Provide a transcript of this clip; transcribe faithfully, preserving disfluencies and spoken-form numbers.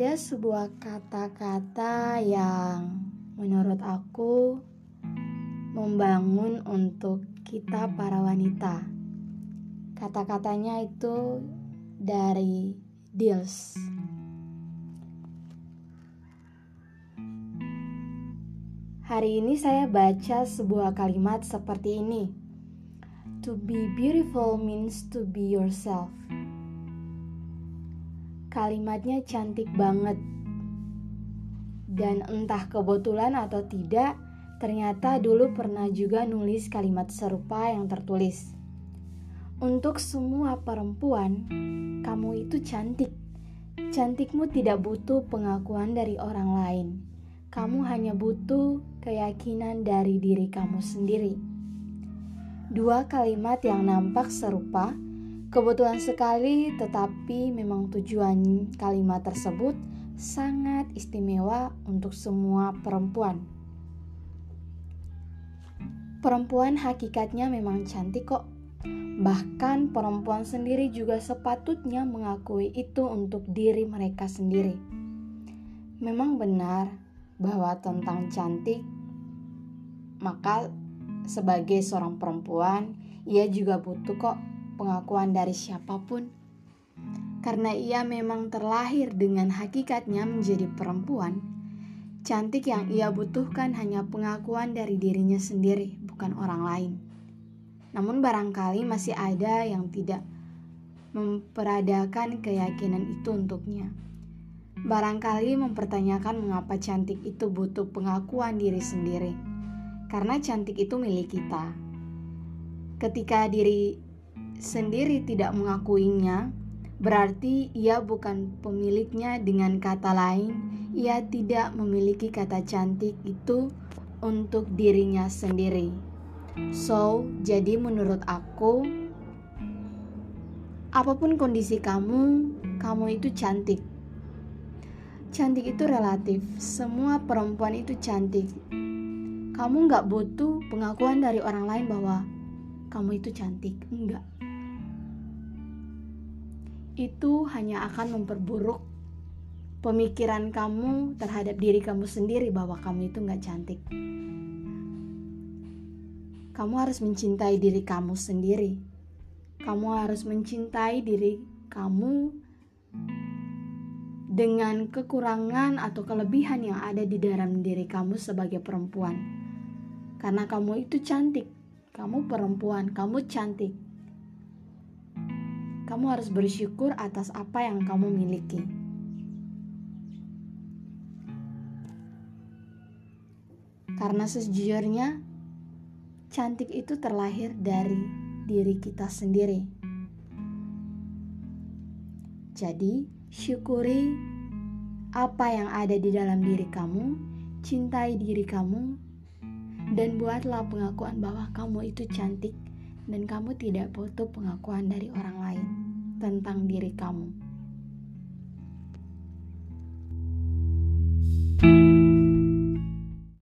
Ada sebuah kata-kata yang menurut aku membangun untuk kita para wanita. Kata-katanya itu dari Diels. Hari ini saya baca sebuah kalimat seperti ini. To be beautiful means to be yourself. Kalimatnya cantik banget. Dan entah kebetulan atau tidak, ternyata dulu pernah juga nulis kalimat serupa yang tertulis. Untuk semua perempuan, kamu itu cantik. Cantikmu tidak butuh pengakuan dari orang lain. Kamu hanya butuh keyakinan dari diri kamu sendiri. Dua kalimat yang nampak serupa, kebetulan sekali, tetapi memang tujuan kalimat tersebut sangat istimewa untuk semua perempuan. Perempuan hakikatnya memang cantik kok. Bahkan perempuan sendiri juga sepatutnya mengakui itu untuk diri mereka sendiri. Memang benar bahwa tentang cantik, maka sebagai seorang perempuan, ia juga butuh kok pengakuan dari siapapun. Karena ia memang terlahir dengan hakikatnya menjadi perempuan, cantik yang ia butuhkan hanya pengakuan dari dirinya sendiri, bukan orang lain. Namun barangkali masih ada yang tidak memperadakan keyakinan itu untuknya. Barangkali mempertanyakan mengapa cantik itu butuh pengakuan diri sendiri. Karena cantik itu milik kita. Ketika diri sendiri tidak mengakuinya, berarti ia bukan pemiliknya. Dengan kata lain, ia tidak memiliki kata cantik itu untuk dirinya sendiri. So, jadi menurut aku, apapun kondisi kamu, kamu itu cantik. Cantik itu relatif. Semua perempuan itu cantik. Kamu gak butuh pengakuan dari orang lain bahwa kamu itu cantik. Enggak. Itu hanya akan memperburuk pemikiran kamu terhadap diri kamu sendiri bahwa kamu itu gak cantik. Kamu harus mencintai diri kamu sendiri. Kamu harus mencintai diri kamu dengan kekurangan atau kelebihan yang ada di dalam diri kamu sebagai perempuan. Karena kamu itu cantik. Kamu perempuan, kamu cantik. Kamu harus bersyukur atas apa yang kamu miliki. Karena sejujurnya, cantik itu terlahir dari diri kita sendiri. Jadi, syukuri apa yang ada di dalam diri kamu, cintai diri kamu, dan buatlah pengakuan bahwa kamu itu cantik dan kamu tidak butuh pengakuan dari orang lain tentang diri kamu.